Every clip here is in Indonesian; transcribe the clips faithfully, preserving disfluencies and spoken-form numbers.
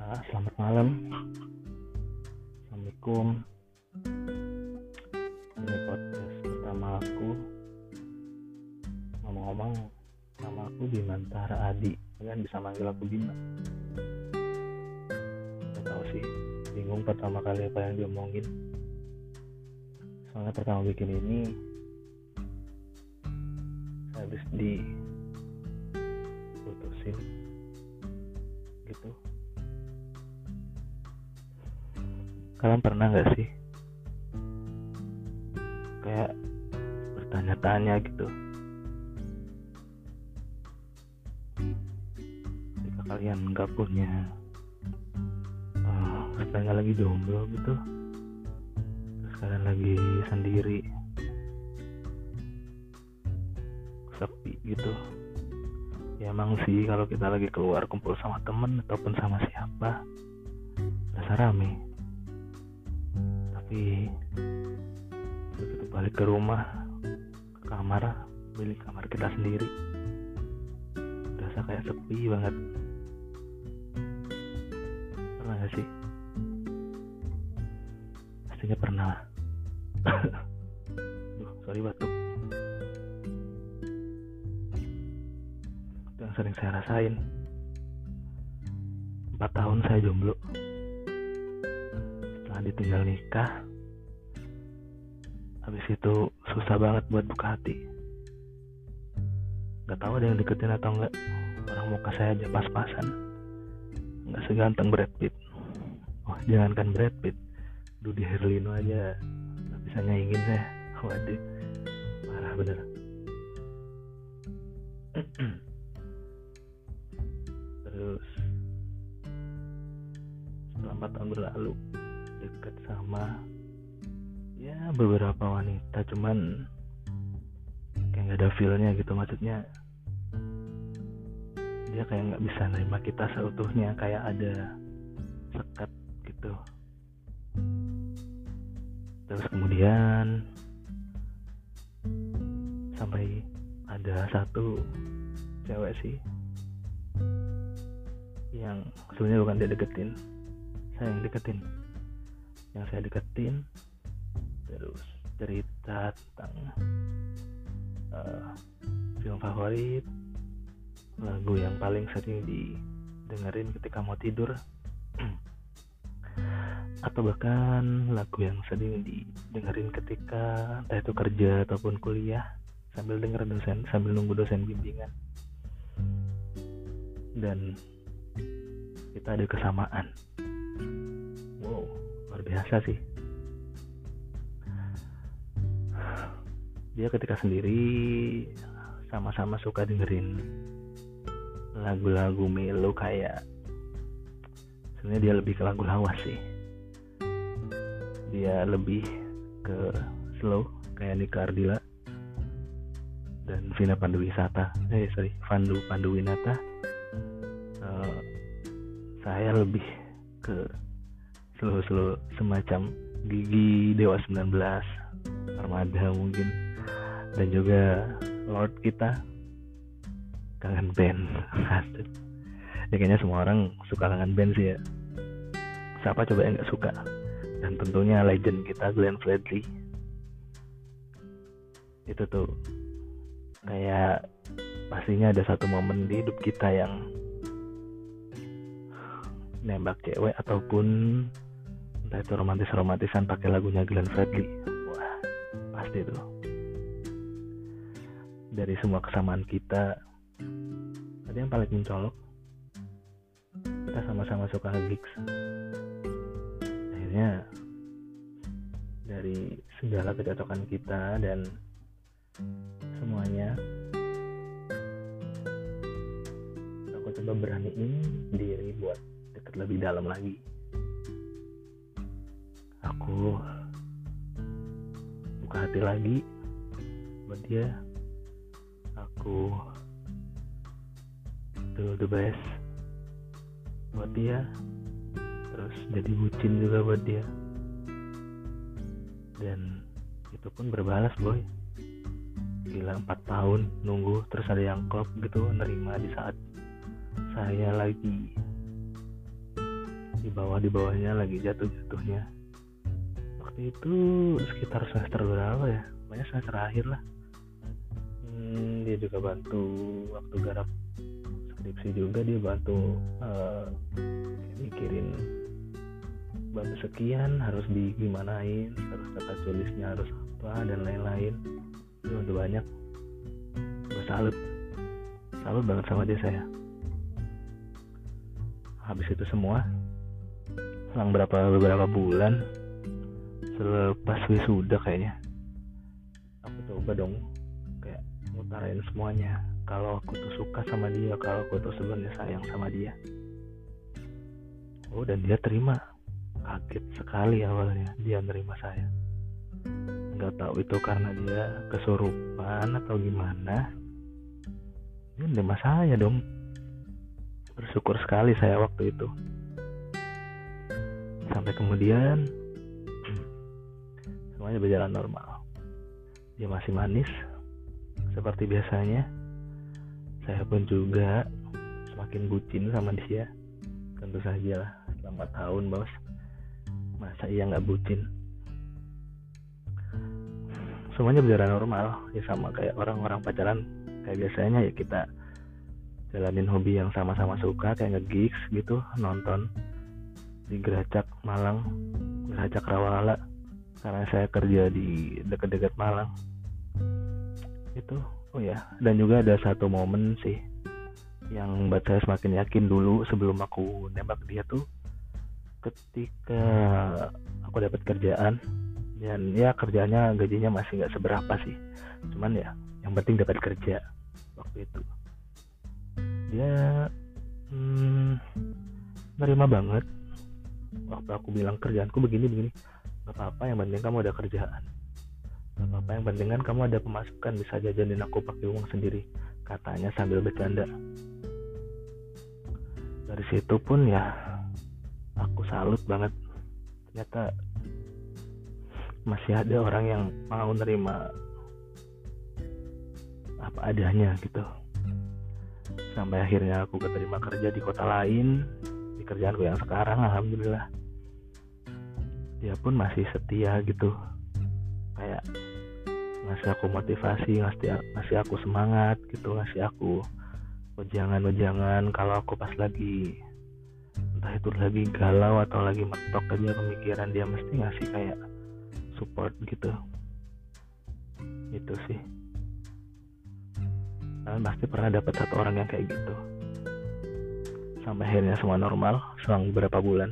Uh, selamat malam. Assalamualaikum. Ini podcast pertama aku. Ngomong-ngomong, nama aku Bima Tara Adi. Kalian bisa manggil aku Bima. Gak tau sih, bingung pertama kali apa yang diomongin. Soalnya pertama bikin ini saya habis diputusin gitu. Kalian pernah gak sih kayak bertanya-tanya gitu ketika kalian gak punya uh, kalian lagi jomblo gitu, terus kalian lagi sendiri sepi gitu. Ya emang sih kalau kita lagi keluar kumpul sama temen ataupun sama siapa rasa rame, tapi begitu balik ke rumah, ke kamar, milik kamar kita sendiri, rasa kayak sepi banget. Pernah gak sih? Pastinya pernah. Duh, sorry batuk. Itu yang sering saya rasain. Empat tahun saya jomblo. Setelah ditinggal nikah, habis itu susah banget buat buka hati. Gak tahu ada yang deketin atau enggak. Orang muka saya aja pas-pasan, gak seganteng Brad Pitt. Oh, jangankan Brad Pitt, Dude Herlino aja gak bisa nyaingin saya. Waduh, parah bener. Terus setelah empat tahun berlalu, deket sama ya beberapa wanita, cuman kayak gak ada feel-nya gitu. Maksudnya dia kayak gak bisa nerima kita seutuhnya, kayak ada sekat gitu. Terus kemudian sampai ada satu cewek sih yang sebenarnya bukan dia deketin, saya yang deketin. Yang saya deketin terus cerita tentang uh, film favorit, lagu yang paling sering didengerin ketika mau tidur, atau bahkan lagu yang sering didengerin ketika entah itu kerja ataupun kuliah sambil denger dosen, sambil nunggu dosen bimbingan. Dan kita ada kesamaan. Wow, luar biasa sih. Dia ketika sendiri sama-sama suka dengerin lagu-lagu melo, kayak sebenarnya dia lebih ke lagu lawas sih. Dia lebih ke slow kayak Nika Ardila dan Vina Panduwisata. Eh sorry, Vandu Panduwinata. Uh, saya lebih ke slow-slow semacam Gigi Dewa sembilan belas, Armada mungkin, dan juga Lord kita Kangen Band. Ya kayaknya semua orang suka Kangen Band sih ya. Siapa coba yang gak suka? Dan tentunya legend kita Glenn Fredly. Itu tuh kayak pastinya ada satu momen di hidup kita yang nembak cewek ataupun entah itu romantis-romantisan pakai lagunya Glenn Fredly. Wah, pasti tuh. Dari semua kesamaan kita, ada yang paling mencolok. Kita sama-sama suka gigs. Akhirnya dari segala kecocokan kita dan semuanya, aku coba beraniin diri buat deket lebih dalam lagi. Aku buka hati lagi buat dia. Aku do the best buat dia. Terus jadi bucin juga buat dia. Dan itu pun berbalas boy. Gila, empat tahun nunggu, terus ada yang klop gitu nerima di saat saya lagi di bawah di bawahnya lagi jatuh jatuhnya. Waktu itu sekitar semester berapa ya, pokoknya semester akhir lah. hmm, dia juga bantu waktu garap skripsi juga, dia bantu uh, mikirin bantu sekian harus digimanain, harus tata tulisnya harus apa dan lain-lain. Dia bantu banyak. Gue salut salut banget sama dia saya. Habis itu semua, selang berapa beberapa bulan selepas wisuda kayaknya, aku coba dong kayak ngutarain semuanya kalau aku tuh suka sama dia, kalau aku tuh sebenarnya sayang sama dia. Oh, dan dia terima. Kaget sekali awalnya dia nerima saya. Nggak tahu itu karena dia kesurupan atau gimana, dia nerima saya dong. Bersyukur sekali saya waktu itu. Sampai kemudian semuanya berjalan normal. Dia masih manis seperti biasanya. Saya pun juga semakin bucin sama dia. Tentu saja lah, selama empat tahun bos, masa iya gak bucin. Semuanya berjalan normal, ya sama kayak orang-orang pacaran. Kayak biasanya ya kita jalanin hobi yang sama-sama suka, kayak nge-gigs gitu, nonton di Geracak Malang, Geracak Rawala, karena saya kerja di dekat-dekat Malang itu. Oh ya, dan juga ada satu momen sih yang buat saya semakin yakin dulu sebelum aku nembak dia tuh, ketika aku dapat kerjaan. Dan ya kerjanya gajinya masih gak seberapa sih, cuman ya yang penting dapat kerja. Waktu itu dia hmm, nerima banget waktu aku bilang kerjaanku begini-begini. Gak apa-apa, yang penting kamu ada kerjaan. Gak apa-apa, yang penting kan kamu ada pemasukan, bisa jajanin aku pakai uang sendiri, katanya sambil bercanda. Dari situ pun ya aku salut banget. Ternyata masih ada orang yang mau nerima apa adanya gitu. Sampai akhirnya aku keterima kerja di kota lain, di kerjaanku yang sekarang, alhamdulillah. Dia pun masih setia gitu, kayak ngasih aku motivasi, ngasih, ngasih aku semangat gitu, ngasih aku wejangan-wejangan kalau aku pas lagi entah itu lagi galau atau lagi mentok aja pemikiran, dia mesti ngasih kayak support gitu. Itu sih, kalian pasti pernah dapat satu orang yang kayak gitu. Sampai akhirnya semua normal selang beberapa bulan,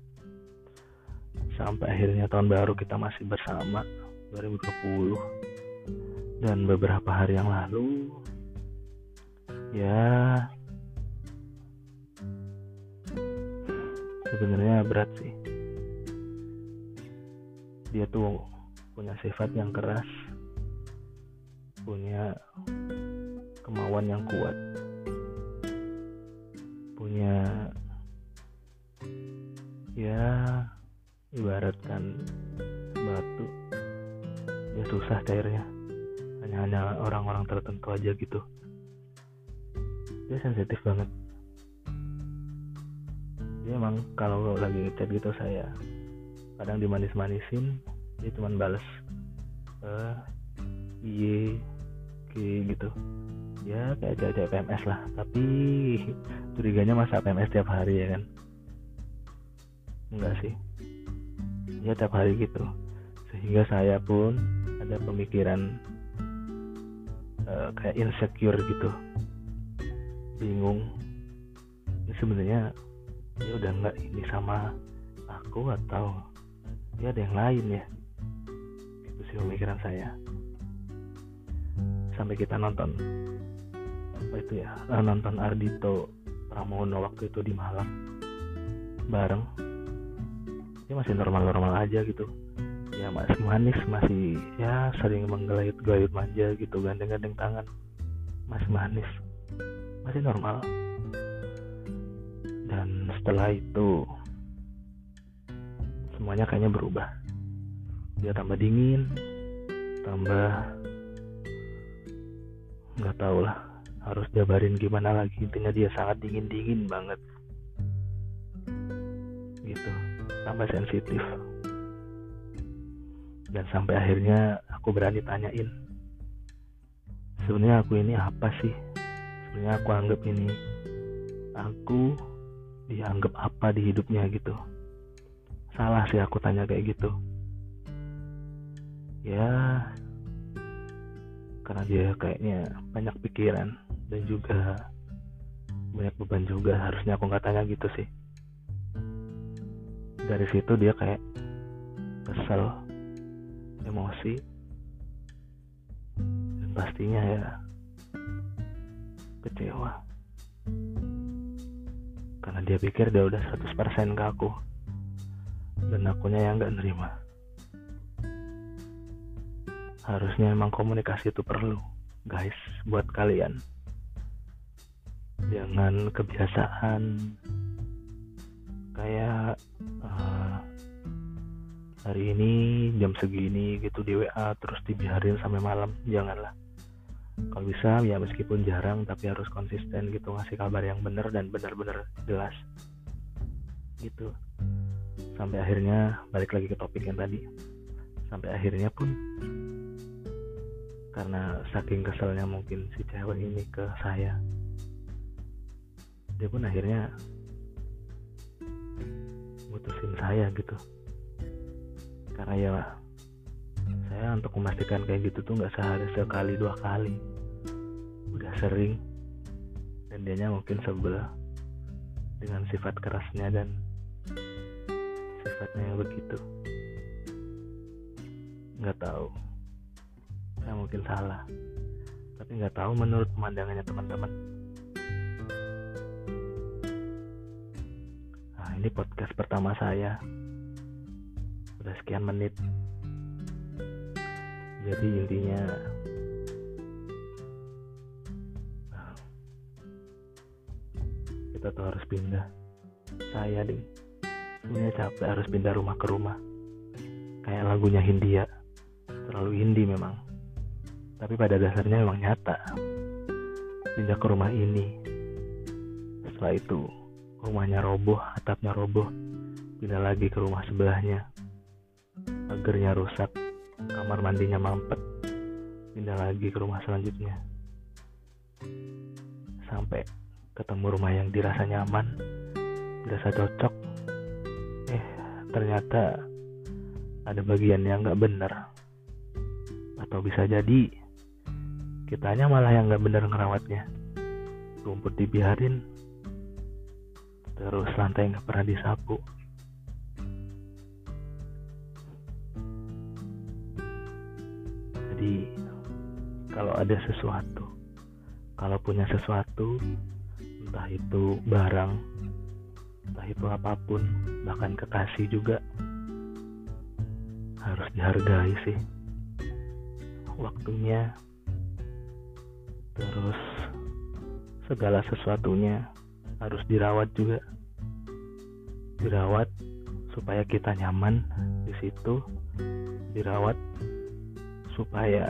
sampai akhirnya tahun baru kita masih bersama dua ribu dua puluh. Dan beberapa hari yang lalu ya sebenarnya berat sih. Dia tuh punya sifat yang keras, punya kemauan yang kuat, punya ya ibaratkan batu, dia susah cairnya, hanya hanya orang-orang tertentu aja gitu. Dia sensitif banget. Dia emang kalau lagi ngechat gitu saya kadang dimanis-manisin, dia cuman bales eh iye ke gitu. Ya kayak cewek P M S lah, tapi curiganya masa P M S tiap hari ya kan? Enggak sih, ya tiap hari gitu. Sehingga saya pun ada pemikiran uh, kayak insecure gitu, bingung. Ini sebenarnya dia udah nggak ini sama aku atau dia ada yang lain ya? Itu sih pemikiran saya. Sampai kita nonton apa itu ya, nonton Ardhito Pramono waktu itu di Malang bareng. Dia masih normal-normal aja gitu ya, masih manis, masih ya sering menggelayut-gelayut manja gitu, gandeng-gandeng tangan, masih manis, masih normal. Dan setelah itu semuanya kayaknya berubah. Dia tambah dingin, tambah nggak tahu lah harus jabarin gimana lagi. Intinya dia sangat dingin-dingin banget gitu, tambah sensitif. Dan sampai akhirnya aku berani tanyain, sebenarnya aku ini apa sih? Sebenarnya aku anggap ini, aku dianggap apa di hidupnya gitu. Salah sih aku tanya kayak gitu. Ya, karena dia kayaknya banyak pikiran dan juga banyak beban juga. Harusnya aku nggak tanya gitu sih. Dari situ dia kayak kesel, emosi, dan pastinya ya kecewa. Karena dia pikir dia udah seratus persen ke aku, dan akunya yang gak nerima. Harusnya emang komunikasi itu perlu, guys, buat kalian. Jangan kebiasaan kayak uh, hari ini jam segini gitu di W A terus dibiarin sampai malam. Janganlah. Kalau bisa ya meskipun jarang tapi harus konsisten gitu, ngasih kabar yang benar dan benar-benar jelas gitu. Sampai akhirnya balik lagi ke topik yang tadi. Sampai akhirnya pun karena saking keselnya mungkin si cewek ini ke saya, dia pun akhirnya mutusin saya gitu. Karena ya saya untuk memastikan kayak gitu tuh gak sehari sekali dua kali, udah sering. Dan dianya mungkin sebel dengan sifat kerasnya dan sifatnya yang begitu. Gak tahu, saya mungkin salah, tapi gak tahu menurut pemandangannya teman-teman. Nah, ini podcast pertama saya, udah sekian menit. Jadi intinya kita tuh harus pindah. Saya deh sebenarnya capek harus pindah rumah ke rumah. Kayak lagunya Hindia, terlalu indie memang, tapi pada dasarnya memang nyata. Pindah ke rumah ini, setelah itu rumahnya roboh, atapnya roboh, pindah lagi ke rumah sebelahnya, pagernya rusak, kamar mandinya mampet, pindah lagi ke rumah selanjutnya, sampai ketemu rumah yang dirasa nyaman, dirasa cocok. Eh ternyata ada bagian yang gak benar, atau bisa jadi kitanya malah yang gak benar ngerawatnya. Rumput dibiarin, terus lantai gak pernah disapu. Jadi kalau ada sesuatu, kalau punya sesuatu, entah itu barang, entah itu apapun, bahkan kekasih juga, harus dihargai sih. Waktunya, terus segala sesuatunya harus dirawat juga. Dirawat supaya kita nyaman di situ, dirawat supaya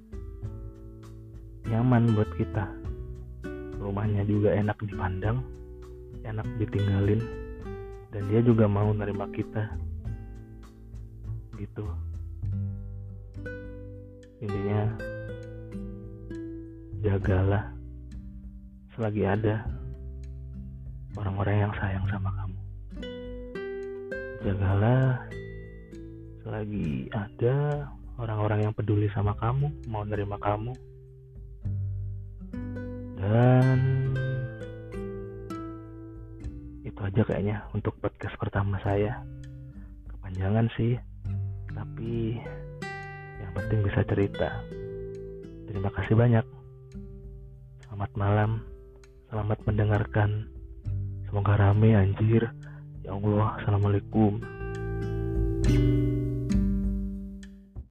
nyaman buat kita. Rumahnya juga enak dipandang, enak ditinggalin, dan dia juga mau nerima kita gitu. Intinya jagalah selagi ada orang-orang yang sayang sama kamu. Jagalah selagi ada orang-orang yang peduli sama kamu, mau nerima kamu. Dan itu aja kayaknya untuk podcast pertama saya. Kepanjangan sih, tapi yang penting bisa cerita. Terima kasih banyak. Selamat malam, selamat mendengarkan. Semoga rame anjir. Ya Allah, assalamualaikum.